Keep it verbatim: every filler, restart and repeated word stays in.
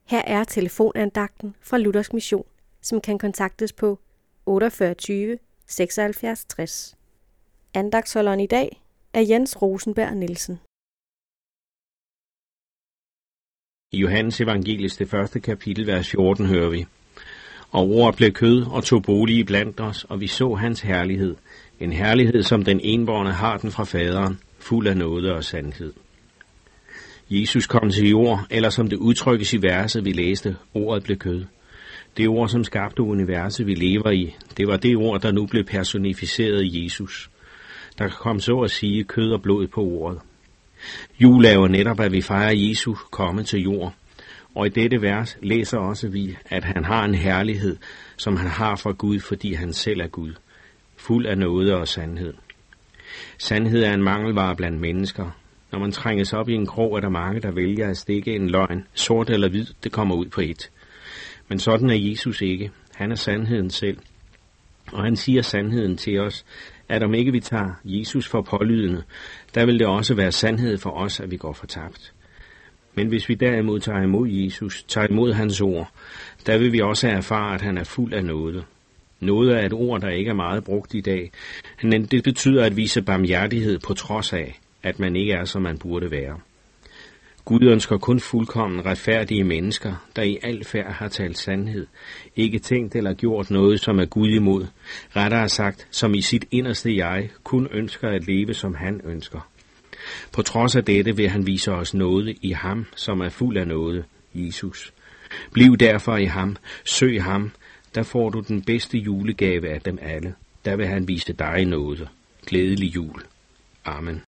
Her er telefonandagten fra Luthersk Mission, som kan kontaktes på otteogfyrre tyve seksoghalvfjerds tres. Andagtsholderen i dag er Jens Rosenberg Nielsen. I Johannes Evangeliets det første kapitel, vers fjorten, hører vi: Og ordet blev kød og tog bolig blandt os, og vi så hans herlighed. En herlighed, som den enbårne har den fra faderen, fuld af nåde og sandhed. Jesus kom til jord, eller som det udtrykkes i verset, vi læste, ordet blev kød. Det ord, som skabte universet, vi lever i, det var det ord, der nu blev personificeret i Jesus. Der kom så at sige kød og blod på ordet. Jul er jo netop, at vi fejrer Jesu komme til jord. Og i dette vers læser også vi, at han har en herlighed, som han har fra Gud, fordi han selv er Gud, fuld af nåde og sandhed. Sandhed er en mangelvare blandt mennesker. Når man trænges op i en krog, er der mange, der vælger at stikke en løgn, sort eller hvid, det kommer ud på et. Men sådan er Jesus ikke. Han er sandheden selv. Og han siger sandheden til os, at om ikke vi tager Jesus for pålydende, der vil det også være sandhed for os, at vi går fortabt. Men hvis vi derimod tager imod Jesus, tager imod hans ord, der vil vi også erfare, at han er fuld af nåde. Nåde er et ord, der ikke er meget brugt i dag, men det betyder at vise barmhjertighed på trods af, at man ikke er, som man burde være. Gud ønsker kun fuldkommen retfærdige mennesker, der i al færd har talt sandhed, ikke tænkt eller gjort noget, som er Gud imod, rettere sagt, som i sit inderste jeg kun ønsker at leve, som han ønsker. På trods af dette vil han vise os nåde i ham, som er fuld af nåde, Jesus. Bliv derfor i ham, søg ham, der får du den bedste julegave af dem alle. Der vil han vise dig nåde. Glædelig jul. Amen.